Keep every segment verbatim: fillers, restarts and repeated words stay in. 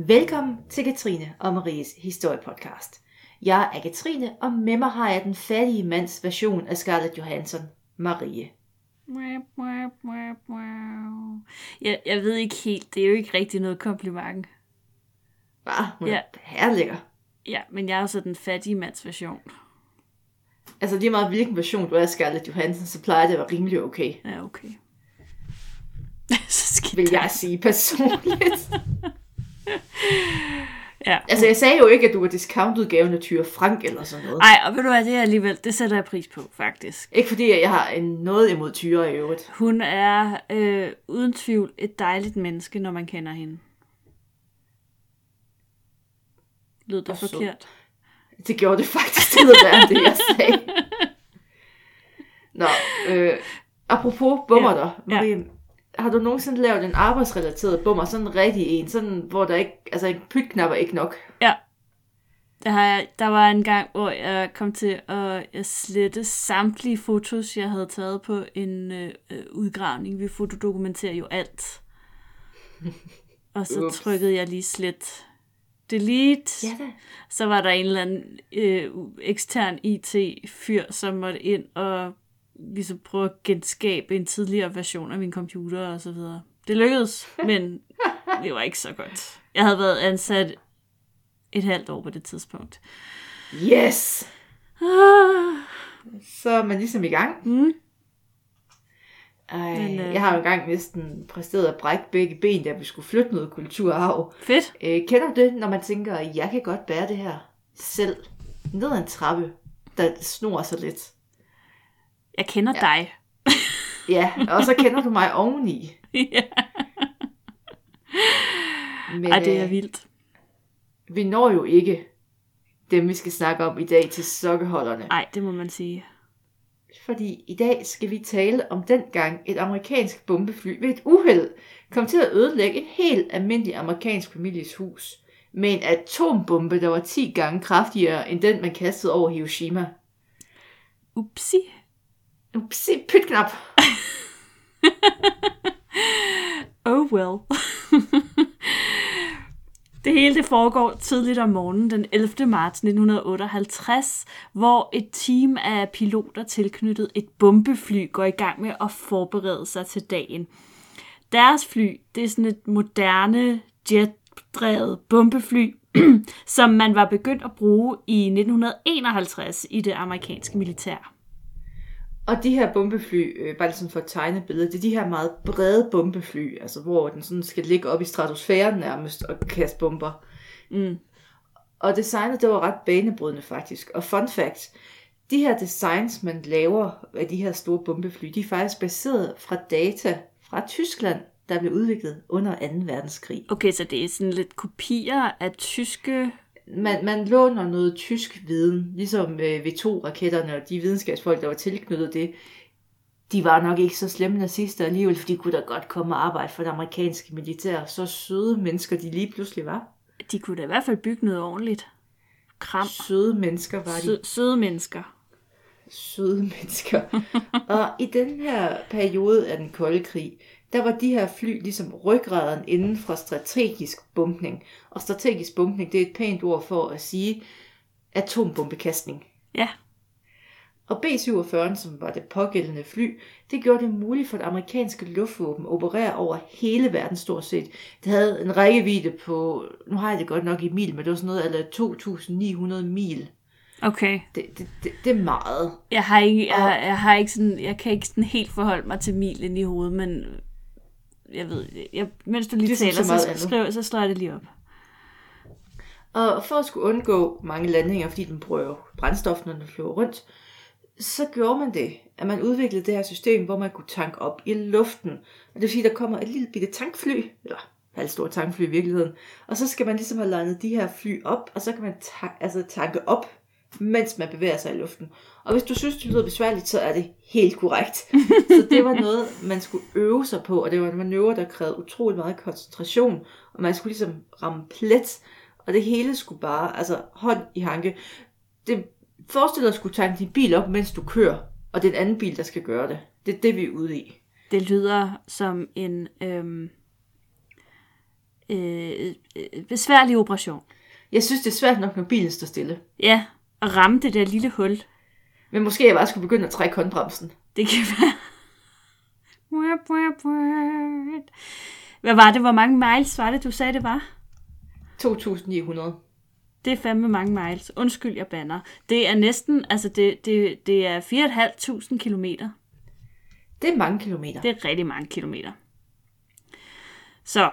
Velkommen til Katrine og Maries historiepodcast. Jeg er Katrine, og med mig har jeg den fattige mands version af Scarlett Johansson, Marie. Jeg, jeg ved ikke helt, det er jo ikke rigtig noget kompliment. Hva? Hun er Ja. herlækker. Ja, men jeg er jo så den fattige mands version. Altså lige meget hvilken version du er af Scarlett Johansson, så plejer det at være rimelig okay. Ja, okay. Så skidt. Vil jeg sige personligt. Ja. Altså jeg sagde jo ikke, at du var discountudgaven af Thyra Frank eller sådan noget. Ej, og ved du hvad, det er alligevel, det sætter jeg pris på, faktisk. Ikke fordi jeg har en noget imod Thyra i øvrigt. Hun er øh, uden tvivl et dejligt menneske, når man kender hende. Lød det Og så- forkert? Det gjorde det faktisk til at være det, jeg sagde. Nå, øh, apropos bummer Ja, der, Marie, har du nogensinde lavet en arbejdsrelateret bummer, sådan en rigtig en, sådan hvor der ikke, altså en pytknap er ikke nok? Ja. Der, har jeg, der var en gang, hvor jeg kom til at slette samtlige fotos, jeg havde taget på en øh, udgravning. Vi fotodokumenterer jo alt. Og så Ups. trykkede jeg lige slet delete. Ja da. Så var der en eller anden øh, ekstern I T-fyr, som måtte ind og ligesom prøve at genskabe en tidligere version af min computer og så videre. Det lykkedes, men det var ikke så godt. Jeg havde været ansat et halvt år på det tidspunkt. Yes! Ah, Så er man ligesom i gang. mm. Ej, Men, øh, jeg har jo engang næsten præsteret at brække begge ben, da vi skulle flytte noget kulturarv. Fedt. Øh, kender du det, når man tænker, jeg kan godt bære det her selv? Ned ad en trappe, der snor sig lidt. Jeg kender Ja. dig. Ja, og så kender du mig oveni. Ja. Men Ej, det er øh, vildt. vi når jo ikke dem, vi skal snakke om i dag til sokkeholderne. Ej, det må man sige. Fordi i dag skal vi tale om dengang et amerikansk bombefly ved et uheld kom til at ødelægge en helt almindelig amerikansk families hus med en atombombe, der var ti gange kraftigere end den, man kastede over Hiroshima. Upsi. Upsi, pytknap. Oh well. Det hele det foregår tidligt om morgenen den ellevte marts nitten otteoghalvtreds, hvor et team af piloter tilknyttet et bombefly går i gang med at forberede sig til dagen. Deres fly, det er sådan et moderne jetdrevet bombefly, som man var begyndt at bruge i nitten enoghalvtreds i det amerikanske militær. Og de her bombefly, øh, bare sådan for at tegne billedet, det er de her meget brede bombefly, altså hvor den sådan skal ligge op i stratosfæren nærmest og kaste bomber. Mm. Og designet, det var ret banebrydende faktisk. Og fun fact, de her designs, man laver af de her store bombefly, de er faktisk baseret fra data fra Tyskland, der blev udviklet under anden verdenskrig. Okay, så det er sådan lidt kopier af tyske... Man, man låner noget tysk viden, ligesom øh, V to-raketterne og de videnskabsfolk, der var tilknyttet det. De var nok ikke så slemme nazister alligevel, for de kunne da godt komme og arbejde for det amerikanske militær. Så søde mennesker, de lige pludselig var. De kunne da i hvert fald bygge noget ordentligt. Kram. Søde mennesker var de. Sø- søde mennesker. Søde mennesker. Og i den her periode af den kolde krig, der var de her fly ligesom ryggraden inden for strategisk bombning. Og strategisk bombning, det er et pænt ord for at sige atombombekastning. Ja. Og B syvogfyrre, som var det pågældende fly, det gjorde det muligt for det amerikanske luftvåben at operere over hele verden stort set. Det havde en rækkevidde på, nu har jeg det godt nok i mil, men det var sådan noget eller to tusind ni hundrede mil. Okay. Det, det, det, det er meget. Jeg har ikke, jeg, jeg har ikke sådan, jeg kan ikke sådan helt forholde mig til milen i hovedet, men jeg ved, jeg, mens du lige Ligesom taler, så meget så, andet. skriver, så slår jeg det lige op. Og for at skulle undgå mange landinger, fordi den bruger jo brændstof, når den flyver rundt, så gjorde man det, at man udviklede det her system, hvor man kunne tanke op i luften. Og det vil sige, at der kommer et lille bitte tankfly, eller halvstort tankfly i virkeligheden, og så skal man ligesom have legnet de her fly op, og så kan man ta- altså tanke op, mens man bevæger sig i luften. Og hvis du synes, det lyder besværligt, så er det helt korrekt. Så det var noget, man skulle øve sig på, og det var en manøvre, der krævede utrolig meget koncentration, og man skulle ligesom ramme plet, og det hele skulle bare, altså hånd i hanke. Det forestiller dig at skulle tanke din bil op, mens du kører, og det er en anden bil, der skal gøre det. Det er det, vi er ude i. Det lyder som en, øhm, øh, øh, besværlig operation. Jeg synes, det er svært nok, når bilen står stille. Ja, at ramme det der lille hul. Men måske jeg bare skulle begynde at trække håndbremsen. Det kan være. Hvad var det? Hvor mange miles var det, du sagde, det var? to tusind ni hundrede. Det er fandme mange miles. Undskyld, jeg bander. Det er næsten, altså det, det, det er fire tusind fem hundrede kilometer. Det er mange kilometer. Det er rigtig mange kilometer. Så,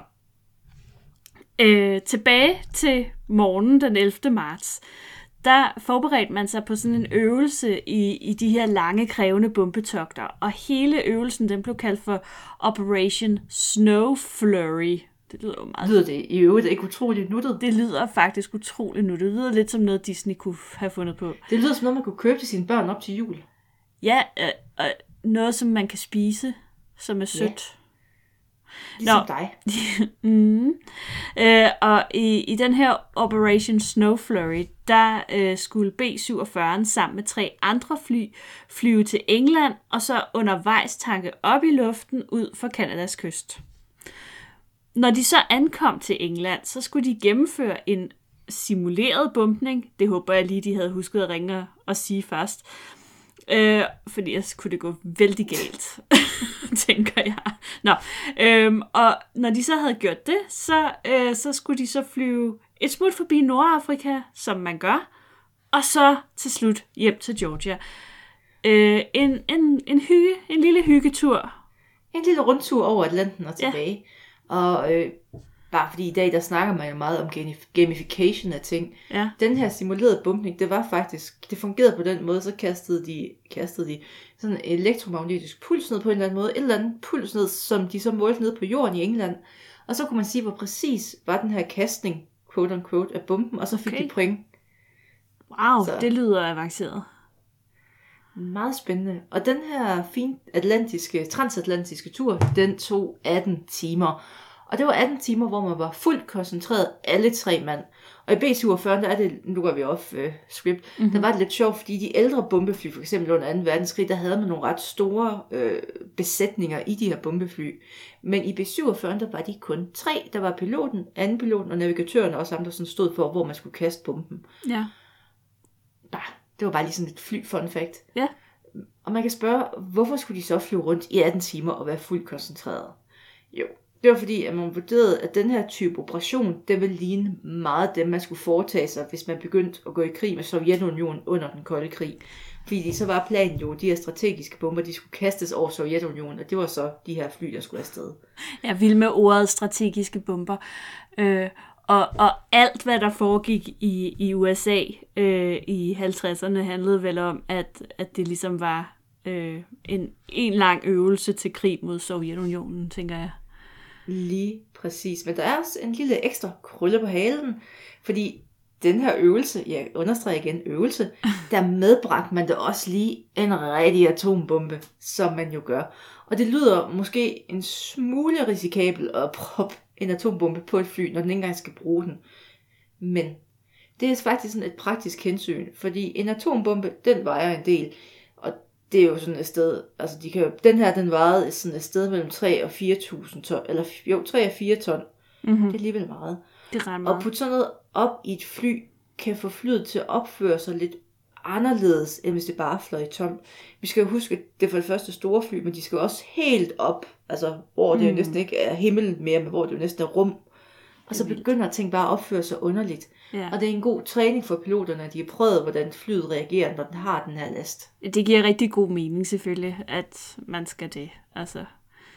øh, tilbage til morgenen den ellevte marts. Der forberedte man sig på sådan en øvelse i, i de her lange, krævende bombetogter. Og hele øvelsen, den blev kaldt for Operation Snow Flurry. Det lyder jo meget... Lyder det i øvrigt ikke utroligt nuttet? Det lyder faktisk utroligt nuttet. Det lyder lidt som noget, Disney kunne have fundet på. Det lyder som noget, man kunne købe til sine børn op til jul. Ja, øh, øh, noget, som man kan spise, som er sødt. Ja. Ligesom Nå. dig. mm. øh, og i, i den her Operation Snow Flurry, der øh, skulle B syvogfyrre sammen med tre andre fly flyve til England, og så undervejs tanke op i luften ud for Canadas kyst. Når de så ankom til England, så skulle de gennemføre en simuleret bombning. Det håber jeg lige, de havde husket at ringe og sige først. Øh, fordi ellers kunne det gå vældig galt, tænker jeg. Nå, øhm, og når de så havde gjort det, så, øh, så skulle de så flyve et smut forbi Nordafrika, som man gør, og så til slut hjem til Georgia. Øh, en, en, en, hygge, en lille hyggetur. En lille rundtur over Atlanten og tilbage. Ja. Og øh, bare fordi i dag, der snakker man jo meget om gamification af ting. Ja. Den her simulerede bumpning, det var faktisk, det fungerede på den måde, så kastede de, kastede de sådan en elektromagnetisk puls ned på en eller anden måde, et eller andet puls ned, som de så målte ned på jorden i England. Og så kunne man sige, hvor præcis var den her kastning, quote unquote, af bomben, og så fik okay. de point. Wow, så. Det lyder avanceret. Meget spændende. Og den her fint atlantiske, transatlantiske tur, den tog atten timer. Og det var atten timer, hvor man var fuldt koncentreret, alle tre mand. Og i B syvogfyrre, der er det, nu går vi off uh, script, mm-hmm. der var det lidt sjovt, fordi de ældre bombefly, for eksempel under anden verdenskrig, der havde man nogle ret store øh, besætninger i de her bombefly. Men i B syvogfyrre, der var de kun tre. Der var piloten, anden piloten og navigatøren, og også andre, som stod for, hvor man skulle kaste bomben. Ja. Bah, det var bare lige sådan et fly fun fact. Ja. Og man kan spørge, hvorfor skulle de så flyve rundt i atten timer og være fuldt koncentreret? Jo. Det var fordi, at man vurderede, at den her type operation, det ville ligne meget dem, man skulle foretage sig, hvis man begyndte at gå i krig med Sovjetunionen under den kolde krig. Fordi så var planen jo, de her strategiske bomber, de skulle kastes over Sovjetunionen, og det var så de her fly, der skulle afsted. Jeg vil med ordet strategiske bomber. Øh, og, og alt, hvad der foregik i, i U S A øh, i halvtredserne, handlede vel om, at, at det ligesom var øh, en, en lang øvelse til krig mod Sovjetunionen, tænker jeg. Lige præcis. Men der er også en lille ekstra krølle på halen, fordi den her øvelse, jeg understreger igen øvelse, der medbragte man da også lige en rigtig atombombe, som man jo gør. Og det lyder måske en smule risikabelt at proppe en atombombe på et fly, når den ikke engang skal bruge den. Men det er faktisk sådan et praktisk hensyn, fordi en atombombe, den vejer en del. Det er jo sådan et sted, altså de kan jo, den her, den vejede sådan et sted mellem tre og fire tusind ton, eller jo, tre og fire ton. Mm-hmm. Det er alligevel meget. Det er ret meget. Og putte sådan noget op i et fly, kan få flyet til at opføre sig lidt anderledes, end hvis det bare fløj tom. Vi skal jo huske, at det er for det første store fly, men de skal jo også helt op, altså hvor det mm. jo næsten ikke er himmel mere, men hvor det jo næsten er rum. Og så begynder ting bare at opføre sig underligt. Ja. Og det er en god træning for piloterne, at de har prøvet, hvordan flyet reagerer, når den har den her last. Det giver rigtig god mening selvfølgelig, at man skal det. Altså.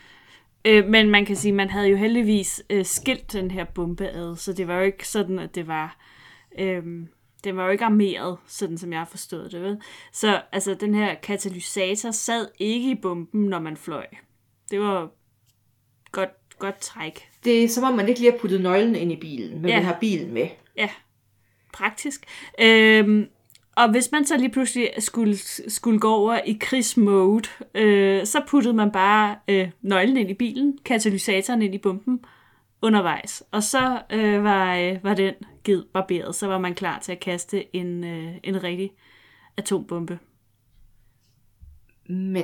Øh, men man kan sige, at man havde jo heldigvis øh, skilt den her bombe ad, så det var jo ikke sådan, at det var... Øh, det var jo ikke armeret, sådan som jeg har forstået det. Ved? Så altså, den her katalysator sad ikke i bomben, når man fløj. Det var godt, godt træk. Det er som om, man ikke lige har puttet nøglen ind i bilen, men ja. Man har bilen med. Ja, praktisk. Øhm, og hvis man så lige pludselig skulle, skulle gå over i krigsmode, øh, så puttede man bare øh, nøglen ind i bilen, katalysatoren ind i bomben undervejs. Og så øh, var, øh, var den givet barberet, så var man klar til at kaste en, øh, en rigtig atombombe. Men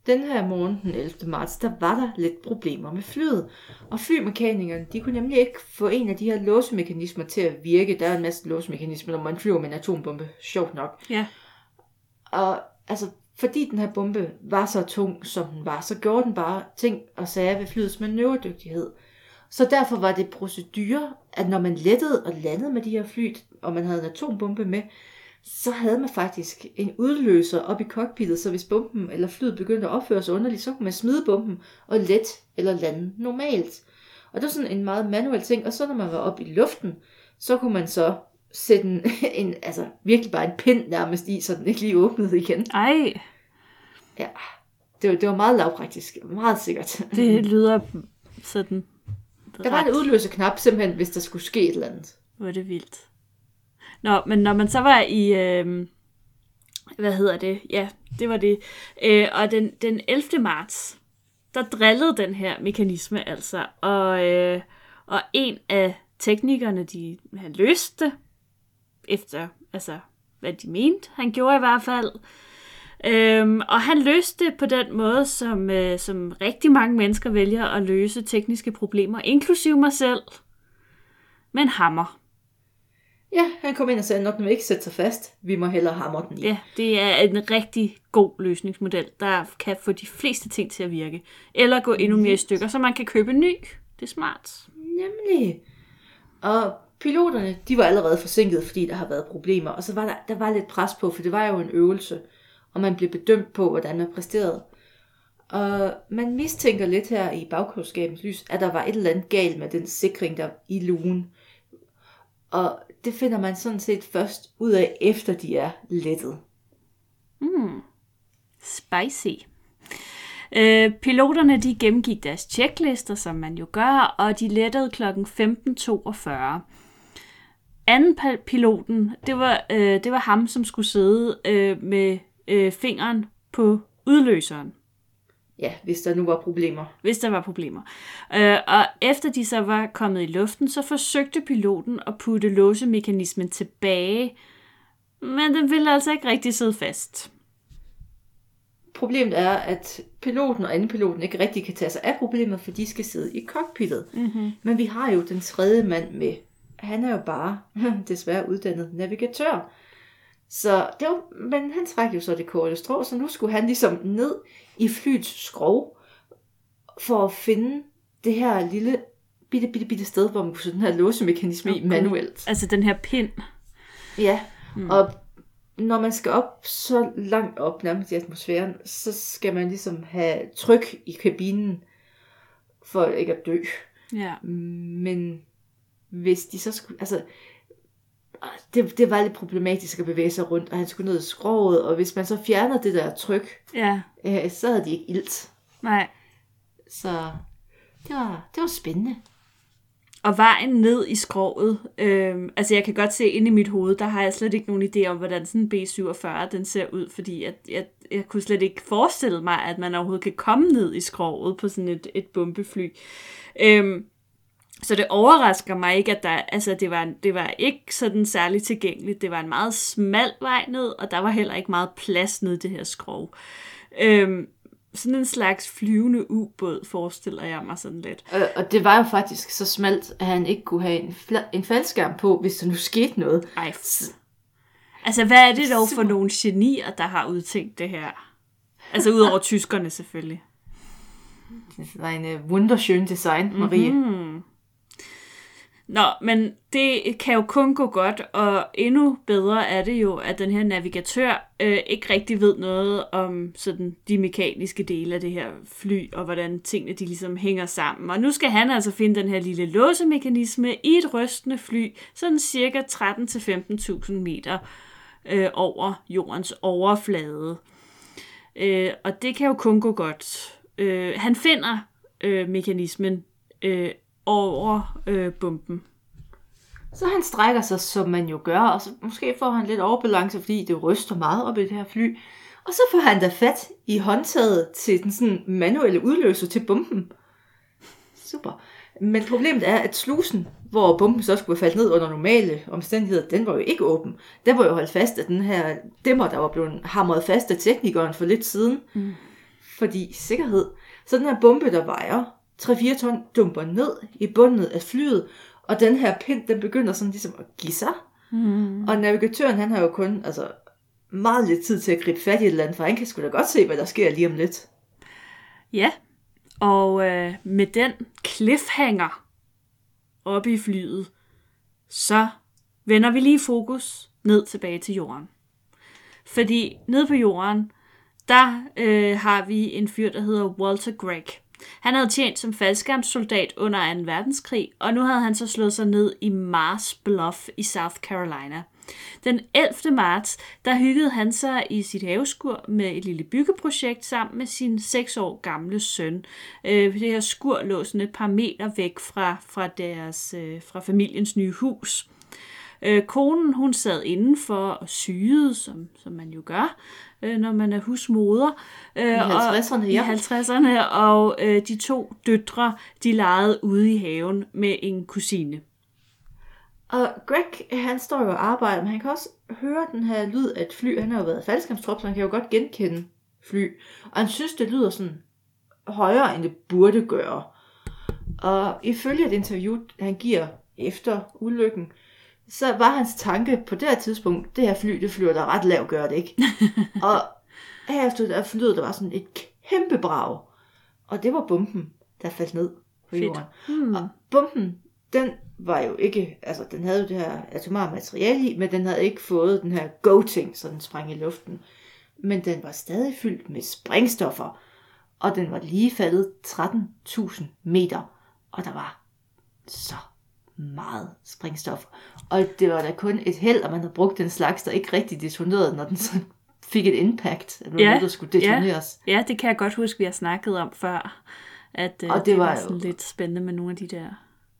den her morgen, den ellevte marts, der var der lidt problemer med flyet. Og flymekanikerne, de kunne nemlig ikke få en af de her låsemekanismer til at virke. Der er en masse låsemekanismer, når man flyver med en atombombe. Sjovt nok. Ja. Og altså, fordi den her bombe var så tung, som den var, så gjorde den bare ting og sager ved flyets manøvredygtighed. Så derfor var det procedure, at når man lettede og landede med de her fly, og man havde en atombombe med, så havde man faktisk en udløser op i cockpittet, så hvis bomben eller flyet begyndte at opføre sig underligt, så kunne man smide bomben og let eller lande normalt. Og det var sådan en meget manuel ting, og så når man var oppe i luften, så kunne man så sætte en, en altså virkelig bare en pind nærmest i, så den ikke lige åbnede igen. Ej. Ja, det var, det var meget lavpraktisk, meget sikkert. Det lyder sådan Der var en udløserknap simpelthen, hvis der skulle ske et eller andet. Hvor det vildt. Nå, men når man så var i, øh, hvad hedder det? Ja, det var det. Øh, og den, den ellevte marts, der drillede den her mekanisme altså. Og, øh, og en af teknikerne, de, han løste det, efter, altså, hvad de mente. Han gjorde i hvert fald. Øhm, og han løste det på den måde, som, øh, som rigtig mange mennesker vælger at løse tekniske problemer, inklusive mig selv, med en hammer. Ja, han kom ind og sagde, når den vil ikke sætte sig fast, vi må hellere hamre den i. Ja, det er en rigtig god løsningsmodel, der kan få de fleste ting til at virke. Eller gå endnu mere i stykker, så man kan købe en ny. Det er smart. Nemlig. Og piloterne, de var allerede forsinket, fordi der har været problemer. Og så var der, der var lidt pres på, for det var jo en øvelse. Og man blev bedømt på, hvordan man præsterede. Og man mistænker lidt her i bagklogskabens lys, at der var et eller andet galt med den sikring, der i lugen. Og det finder man sådan set først ud af, efter de er lettet. Mm. Spicy. Øh, piloterne de gennemgik deres checklister, som man jo gør, og de lettede klokken femten toogfyrre. Anden piloten, det var, øh, det var ham, som skulle sidde øh, med øh, fingeren på udløseren. Ja, hvis der nu var problemer. Hvis der var problemer. Øh, og efter de så var kommet i luften, så forsøgte piloten at putte låsemekanismen tilbage, men den ville altså ikke rigtig sidde fast. Problemet er, at piloten og andenpiloten ikke rigtig kan tage sig af problemet, for de skal sidde i cockpittet. Mm-hmm. Men vi har jo den tredje mand med. Han er jo bare desværre uddannet navigatør. Så det var, men han trækker jo så det korte strå, så nu skulle han ligesom ned i flyets skrov for at finde det her lille bitte, bitte, bitte sted, hvor man kunne sætte den her låsemekanisme okay. i manuelt. Altså den her pind. Ja, mm. Og når man skal op så langt op, nærmest i atmosfæren, så skal man ligesom have tryk i kabinen, for ikke at dø. Ja. Men hvis de så skulle, altså, det, det var lidt problematisk at bevæge sig rundt, og han skulle ned i skroget, og hvis man så fjernede det der tryk, ja. øh, så havde de ikke ilt. Nej. Så det var, det var spændende. Og vejen ned i skroget, øh, altså jeg kan godt se inde i mit hoved, der har jeg slet ikke nogen idé om, hvordan sådan en B syvogfyrre den ser ud, fordi jeg, jeg, jeg kunne slet ikke forestille mig, at man overhovedet kan komme ned i skroget på sådan et, et bombefly. Øh, så det overrasker mig ikke, at der, altså det var, det var ikke sådan særligt tilgængeligt. Det var en meget smal vej ned, og der var heller ikke meget plads ned i det her skrog. Øh, Sådan en slags flyvende ubåd, forestiller jeg mig sådan lidt. Og, og det var jo faktisk så smalt, at han ikke kunne have en, fla- en faldskærm på, hvis der nu skete noget. Ej, f- altså, hvad er det dog for nogle genier, der har udtænkt det her? Altså, udover tyskerne selvfølgelig. Det var en uh, wunderschön design, Marie. Mm-hmm. Nå, men det kan jo kun gå godt, og endnu bedre er det jo, at den her navigatør øh, ikke rigtig ved noget om sådan de mekaniske dele af det her fly, og hvordan tingene de ligesom hænger sammen. Og nu skal han altså finde den her lille låsemekanisme i et rystende fly, sådan cirka tretten til femten tusind meter øh, over jordens overflade. Øh, og det kan jo kun gå godt. Øh, han finder øh, mekanismen øh, over øh, bomben. Så han strækker sig, som man jo gør, og så måske får han lidt overbalance, fordi det ryster meget op i det her fly. Og så får han da fat i håndtaget til den sådan manuelle udløser til bomben. Super. Men problemet er, at slusen, hvor bomben så skulle falde ned under normale omstændigheder, den var jo ikke åben. Den var jo holdt fast af den her dæmmer, der var blevet hamret fast af teknikeren for lidt siden. Mm. fordi sikkerhed. Så den her bombe, der vejer tre til fire ton, dumper ned i bunden af flyet, og den her pind, den begynder sådan ligesom at give sig. Mm. Og navigatøren, han har jo kun altså, meget lidt tid til at gribe fat i et eller andet, for han kan sgu da godt se, hvad der sker lige om lidt. Ja, og øh, med den cliffhanger oppe i flyet, så vender vi lige fokus ned tilbage til jorden. Fordi ned på jorden, der øh, har vi en fyr, der hedder Walter Gregg. Han havde tjent som faldskærmssoldat under anden verdenskrig, og nu havde han så slået sig ned i Mars Bluff i South Carolina. Den ellevte marts, der hyggede han sig i sit haveskur med et lille byggeprojekt sammen med sin seks år gamle søn. Øh, det her skur lå sådan et par meter væk fra, fra, deres, øh, fra familiens nye hus. Øh, konen, hun sad indenfor og syede, som, som man jo gør, øh, når man er husmoder. Øh, I halvtredserne, og, ja. I halvtredserne, og øh, de to døtre, de legede ude i haven med en kusine. Og Greg, han står jo og arbejder, men han kan også høre den her lyd af et fly. Han har jo været faldskærmstrop, så han kan jo godt genkende fly. Og han synes, det lyder sådan højere, end det burde gøre. Og ifølge et interview, han giver efter ulykken, så var hans tanke på det her tidspunkt, det her fly, det flyver der ret lavt, gør det ikke. Og herefter der flyet, der var sådan et kæmpe brag. Og det var bomben, der faldt ned på jorden. Hmm. Og bomben, den var jo ikke, altså den havde jo det her atomare materiale i, men den havde ikke fået den her go-ting, så den sprang i luften. Men den var stadig fyldt med sprængstoffer, og den var lige faldet tretten tusind meter, og der var så meget sprængstof. Og det var da kun et held, at man havde brugt den slags, der ikke rigtig detonerede, når den så fik et impact, at ja, noget, der skulle detoneres. Ja, ja, det kan jeg godt huske, vi har snakket om før, at og det, det var, var sådan jo lidt spændende med nogle af de der.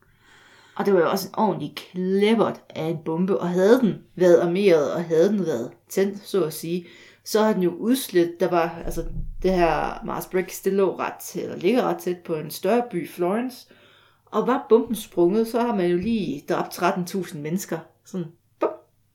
Og det var jo også en ordentlig klæbert af en bombe, og havde den været armeret, og havde den været tændt, så at sige, så har den jo udslet. Der var, altså det her Mars Briggs, det lå ret, eller ligger ret tæt på en større by, Florence, og var bomben sprunget, så har man jo lige dræbt tretten tusind mennesker. Sådan, bum.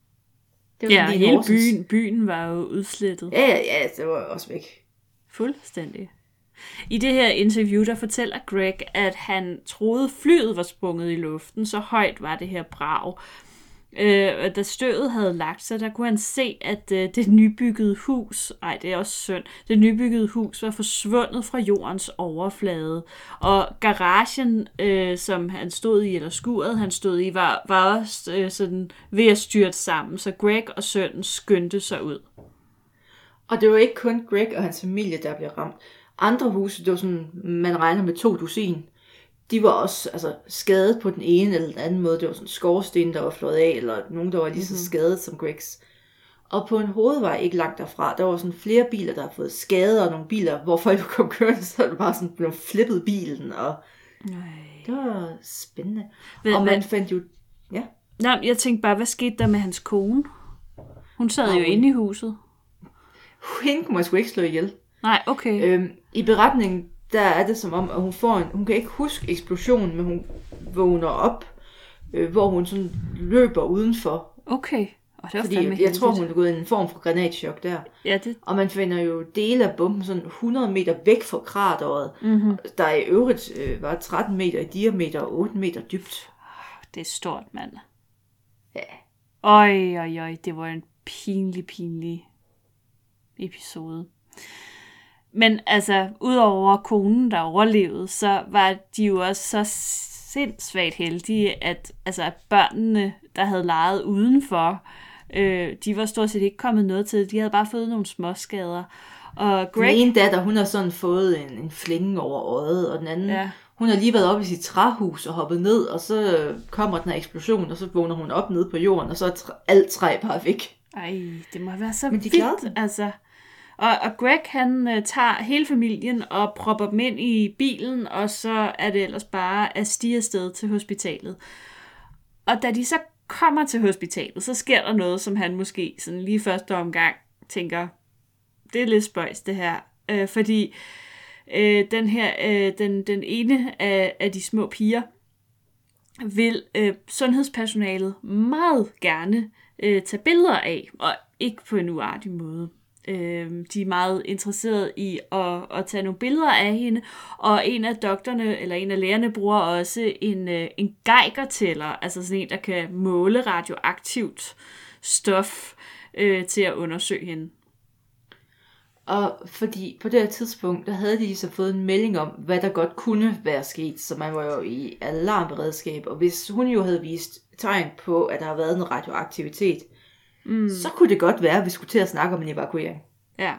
Det var ja, lige hele byen, byen var jo udslettet. Ja, ja, ja, det var også væk. Fuldstændig. I det her interview, der fortæller Greg, at han troede, flyet var sprunget i luften, så højt var det her brag. Øh, og da støvet havde lagt sig, der kunne han se, at øh, det nybyggede hus, ej det er også synd, det nybyggede hus var forsvundet fra jordens overflade. Og garagen, øh, som han stod i, eller skuret han stod i, var, var også øh, sådan ved at styrte sammen, så Greg og sønnen skyndte sig ud. Og det var ikke kun Greg og hans familie, der blev ramt. Andre huse, det var sådan, man regner med to dusin, de var også altså, skadet på den ene eller den anden måde. Det var sådan skorsten, der var flået af, eller nogen, der var lige så skadet som Gregs. Og på en hovedvej ikke langt derfra, der var sådan flere biler, der har fået skader, og nogle biler, hvor folk kom kørende, så det bare sådan blevet flippet bilen, og Nej. Det var spændende. Ved, og man hvad? fandt jo... Ja. Nej, jeg tænkte bare, hvad skete der med hans kone? Hun sad jo inde i huset. Hende kunne man sgu ikke slå ihjel. Nej, okay. Øhm, I beretningen, der er det som om, at hun får en... Hun kan ikke huske eksplosionen, men hun vågner op, øh, hvor hun sådan løber udenfor. Okay. Og det var Fordi fandme jeg heldigt. tror, hun er gået i en form for granatchok der. Ja, det... Og man finder jo dele af bomben sådan hundrede meter væk fra krateret, Mm-hmm. der i øvrigt øh, var tretten meter i diameter og otte meter dybt. Det er stort, mand. Ja. Øj, øj, øj, det var en pinlig, pinlig episode. Men altså, udover konen, der overlevede, så var de jo også så sindssygt heldige, at, altså, at børnene, der havde leget udenfor, øh, de var stort set ikke kommet noget til. De havde bare fået nogle småskader. Og Greg... Den ene datter, hun har sådan fået en, en flænge over øjet, og den anden, Ja. hun har lige været oppe i sit træhus og hoppet ned, og så kommer den her eksplosion, og så vågner hun op nede på jorden, og så er træ, alt træ bare væk. Ej, det må være så Men de klarede vildt, altså. Og, og Greg, han øh, tager hele familien og propper dem ind i bilen, og så er det ellers bare at stige afsted til hospitalet. Og da de så kommer til hospitalet, så sker der noget, som han måske sådan lige første omgang tænker, det er lidt spøjs det her. Øh, fordi øh, den her, øh, den, den ene af, af de små piger, vil øh, sundhedspersonalet meget gerne øh, tage billeder af, og ikke på en uartig måde. Øh, de er meget interesserede i at, at tage nogle billeder af hende, og en af doktorerne, eller en af lægerne, bruger også en, øh, en Geiger-tæller, altså sådan en, der kan måle radioaktivt stof øh, til at undersøge hende. Og fordi på det her tidspunkt, der havde de så fået en melding om, hvad der godt kunne være sket, så man var jo i alarmberedskab, og hvis hun jo havde vist tegn på, at der har været en radioaktivitet, mm. så kunne det godt være, at vi skulle til at snakke om en evakuering. Ja.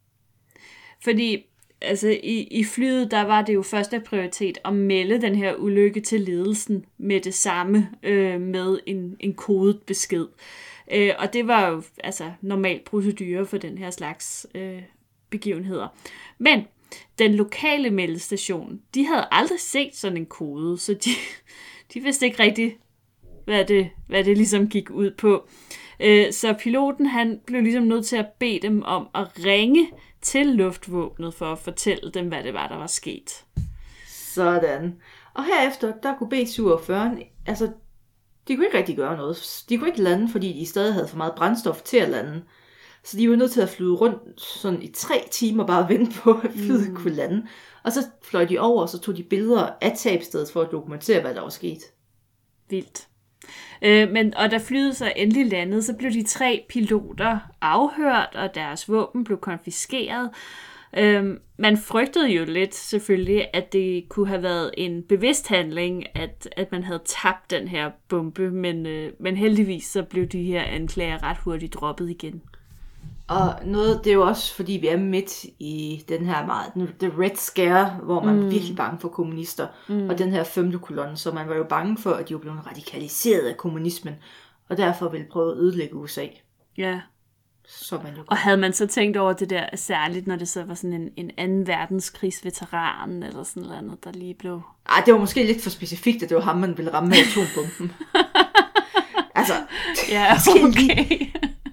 Fordi altså, i, i flyet, der var det jo første prioritet at melde den her ulykke til ledelsen med det samme, øh, med en, en kodet besked. Øh, og det var jo altså normal procedure for den her slags øh, begivenheder. Men den lokale meldestation, de havde aldrig set sådan en kode, så de, de vidste ikke rigtigt, hvad det, hvad det ligesom gik ud på. Øh, så piloten, han blev ligesom nødt til at bede dem om at ringe til luftvåbnet for at fortælle dem, hvad det var, der var sket. Sådan. Og herefter, der kunne B syvogfyrre, altså, de kunne ikke rigtig gøre noget. De kunne ikke lande, fordi de stadig havde for meget brændstof til at lande. Så de var nødt til at flyde rundt sådan i tre timer, bare at vente på, at flyet mm. kunne lande. Og så fløj de over, og så tog de billeder af tabstedet for at dokumentere, hvad der var sket. Vildt. Øh, men, og da flyet så endelig landede, så blev de tre piloter afhørt, og deres våben blev konfiskeret. Øh, man frygtede jo lidt selvfølgelig, at det kunne have været en bevidst handling, at, at man havde tabt den her bombe, men, øh, men heldigvis så blev de her anklager ret hurtigt droppet igen. Og noget, det er jo også, fordi vi er midt i den her meget, the Red Scare, hvor man mm. er virkelig bange for kommunister, mm. og den her femte kolonne, så man var jo bange for, at de var blevet radikaliseret af kommunismen, og derfor ville prøve at ødelægge U S A. Ja. Så man jo og havde man så tænkt over det der, særligt når det så var sådan en, en anden verdenskrigsveteran, eller sådan noget andet, der lige blev... Ej, det var måske lidt for specifikt, at det var ham, man ville ramme med atombomben. altså, ja, okay.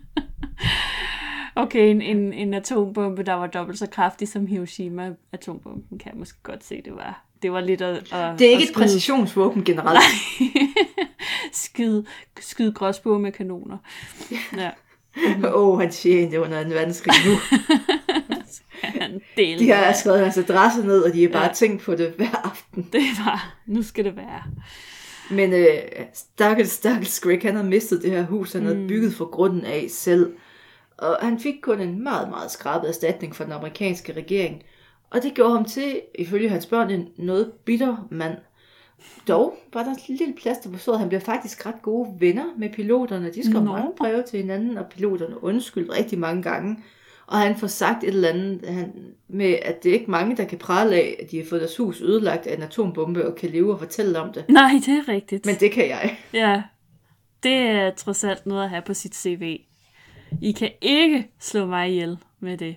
Okay, en, en, en atombombe, der var dobbelt så kraftig som Hiroshima-atombomben, kan jeg måske godt se, det var. Det var lidt at... at det er ikke et præcisionsvåben generelt. skyde, skyde gråsbue med kanoner. Ja. Åh, oh, han tjente under en verdenskrig nu. De har skrevet hans adresse ned, og de har bare ja. tænkt på det hver aften. Det var, nu skal det være. Men øh, stakkels, stakkels Greg, han havde mistet det her hus, han mm. havde bygget fra grunden af selv. Og han fik kun en meget, meget skrabet erstatning fra den amerikanske regering. Og det gjorde ham til, ifølge hans børn, en noget bitter mand. Dog var der et lille plaster på såret. Han blev faktisk ret gode venner med piloterne. De skrev mange breve til hinanden, og piloterne undskyldte rigtig mange gange. Og han får sagt et eller andet han, med, at det er ikke mange, der kan prale af, at de har fået deres hus ødelagt af en atombombe og kan leve og fortælle om det. Nej, det er rigtigt. Men det kan jeg. Ja, det er trods alt noget at have på sit C V. I kan ikke slå mig ihjel med det.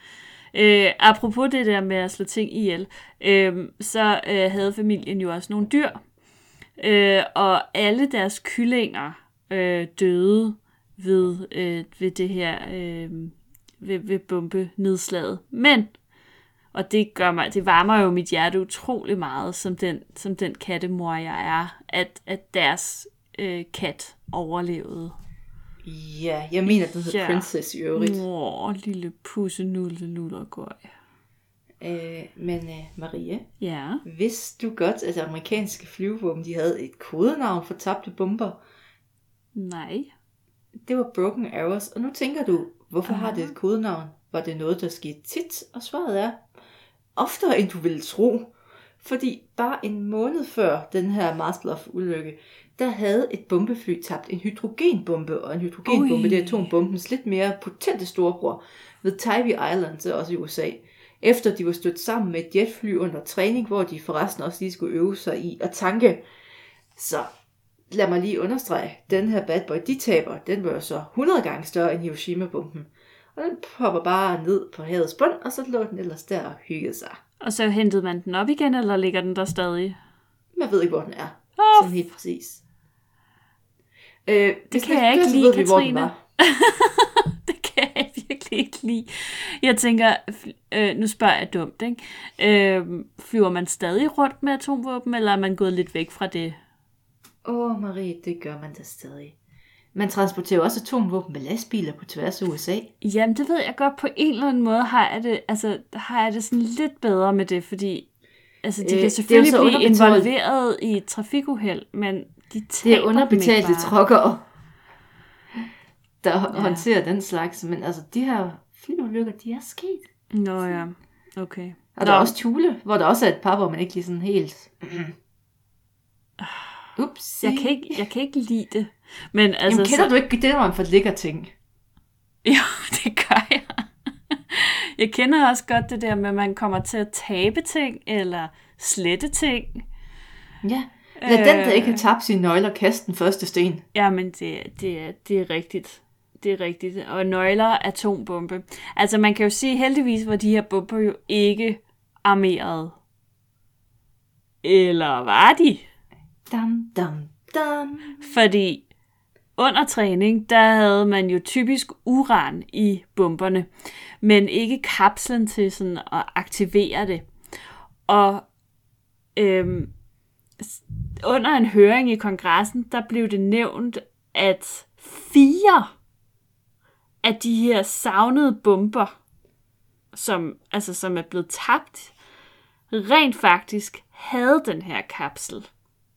Øh, apropos det der med at slå ting ihjel, øh, så øh, havde familien jo også nogle dyr. Øh, og alle deres kyllinger øh, døde ved, øh, ved det her øh, ved, ved bombenedslaget. Men, og det gør mig, det varmer jo mit hjerte utrolig meget, som den, som den kattemor jeg er, at, at deres øh, kat overlevede. Ja, jeg mener, den hedder ja. Princess i øvrigt. Åh, lille pusse nulle nullergøj. Øh, men øh, Marie, ja. vidste du godt, at amerikanske flyvevåben, de havde et kodenavn for tabte bomber? Nej. Det var Broken Arrows, og nu tænker du, hvorfor uh-huh. har det et kodenavn? Var det noget, der skete tit? Og svaret er, oftere end du ville tro. Fordi bare en måned før den her Maslow-ulykke, der havde et bombefly tabt en hydrogenbombe, og en hydrogenbombe, Ui. det er atombombens lidt mere potente storebror, ved Tybee Island, også i U S A, efter de var stødt sammen med et jetfly under træning, hvor de forresten også lige skulle øve sig i at tanke. Så lad mig lige understrege, den her bad boy, de taber, den var jo så hundrede gange større end Hiroshima-bomben. Og den popper bare ned på havets bund, og så lå den ellers der og hyggede sig. Og så hentede man den op igen, eller ligger den der stadig? Man ved ikke, hvor den er. Oh. Sådan helt præcis. Øh, det kan jeg ikke lide, Katrine. Det kan jeg virkelig ikke lide. Jeg tænker, øh, nu spørger jeg dumt, ikke? Øh, flyver man stadig rundt med atomvåben, eller er man gået lidt væk fra det? Åh, oh, Marie, det gør man da stadig. Man transporterer også atomvåben med lastbiler på tværs af U S A. Jamen, det ved jeg godt. På en eller anden måde har jeg det, altså, har jeg det sådan lidt bedre med det, fordi altså, de Øh, kan selvfølgelig det er jo blive involveret i et trafikuheld, men de taber Det er underbetalte truckere, der Ja. håndterer den slags. Men altså, de her flyulykker, de er sket. Nå ja, okay. Og der er også Thule, hvor der også er et par, hvor man ikke lige sådan helt... Ups. Jeg kan, ikke, jeg kan ikke lide det. Men altså, Jamen, kender så... du ikke det, når man får ligger ting? Jo, det gør jeg. Jeg kender også godt det der med, at man kommer til at tabe ting, eller slette ting. Ja. Lad øh... den, der ikke har tabt sine nøgler, kaste den første sten. Jamen, det, det, er, det er rigtigt. Det er rigtigt. Og nøgler, atombombe. Altså, man kan jo sige heldigvis, hvor de her bomber jo ikke armerede. Eller var de? Dum, dum, dum. Fordi under træning, der havde man jo typisk uran i bomberne, men ikke kapslen til sådan at aktivere det. Og øhm, under en høring i kongressen, der blev det nævnt, at fire af de her savnede bomber, som, altså, som er blevet tabt, rent faktisk havde den her kapsel.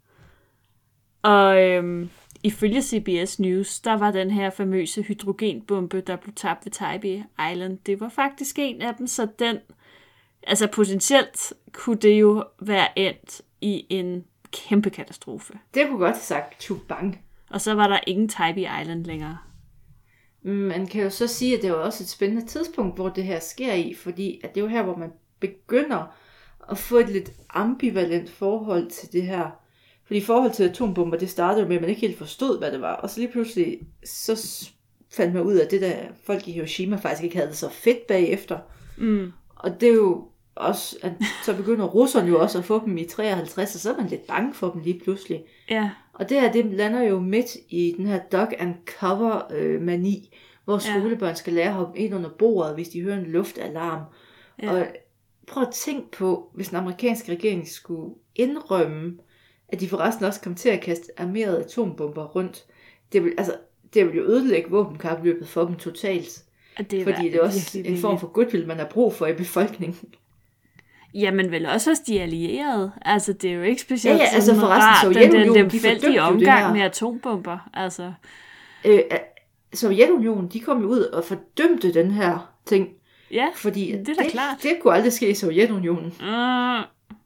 Og øhm, ifølge C B S News, der var den her famøse hydrogenbombe, der blev tabt ved Tybee Island, det var faktisk en af dem, så den, altså potentielt kunne det jo være endt i en kæmpe katastrofe. Det kunne godt have sagt tubang. Og så var der ingen Tybee Island længere. Man kan jo så sige, at det var også et spændende tidspunkt, hvor det her sker i, fordi at det er jo her, hvor man begynder at få et lidt ambivalent forhold til det her. Fordi forhold til atombomber, det startede jo med, at man ikke helt forstod, hvad det var. Og så lige pludselig, så fandt man ud af, at det der folk i Hiroshima faktisk ikke havde det så fedt bagefter. Mm. Og det er jo også, at så begynder russerne jo også at få dem i treoghalvtreds, og så er man lidt bange for dem lige pludselig. Ja. Og det her, det lander jo midt i den her duck and cover øh, mani, hvor skolebørn skal lære at hoppe ind under bordet, hvis de hører en luftalarm. Ja. Og prøv at tænke på, hvis den amerikanske regering skulle indrømme, at de forresten også kom til at kaste armerede atombomber rundt. Det vil, altså, det vil jo ødelægge våbenkapløbet for dem totalt. Det fordi det er også virkelig, en form for goodwill, man har brug for i befolkningen. Jamen vel også hos de allierede. Altså det er jo ikke specielt ja, ja, altså forresten, rart, den der lemfældige omgang med atombomber. Altså. Øh, Sovjetunionen, de kom jo ud og fordømte den her ting. Ja, fordi det er da det, klart. Det kunne aldrig ske i Sovjetunionen. Uh.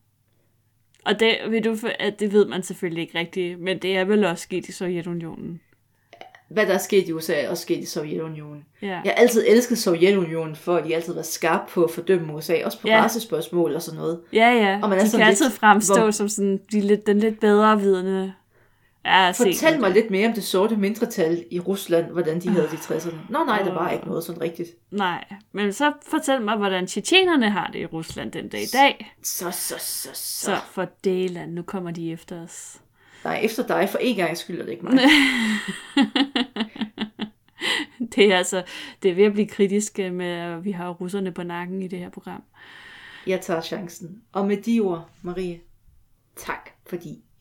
Og det, ved du, at det ved man selvfølgelig ikke rigtigt, men det er vel også sket i Sovjetunionen. Hvad der er sket i U S A, er også sket i Sovjetunionen. Ja. Jeg har altid elsket Sovjetunionen, for at de altid var skarpe på at fordømme U S A, også på ja. racespørgsmål og sådan noget. Ja, ja. Og man er de kan altid lidt, fremstå hvor... som sådan, de lidt, den lidt bedre vidende. Ja, fortæl mig lidt mere om det sorte mindretal i Rusland, hvordan de havde det i tresserne. Nå nej, der var ikke noget sådan rigtigt. Nej, men så fortæl mig, hvordan tjetjenerne har det i Rusland den dag i dag. Så, så, så, så. Så for delen, nu kommer de efter os. Nej, efter dig, for en gang skylder det ikke mig. Det er altså, det er ved at blive kritisk med, at vi har russerne på nakken i det her program. Jeg tager chancen. Og med de ord, Marie, tak fordi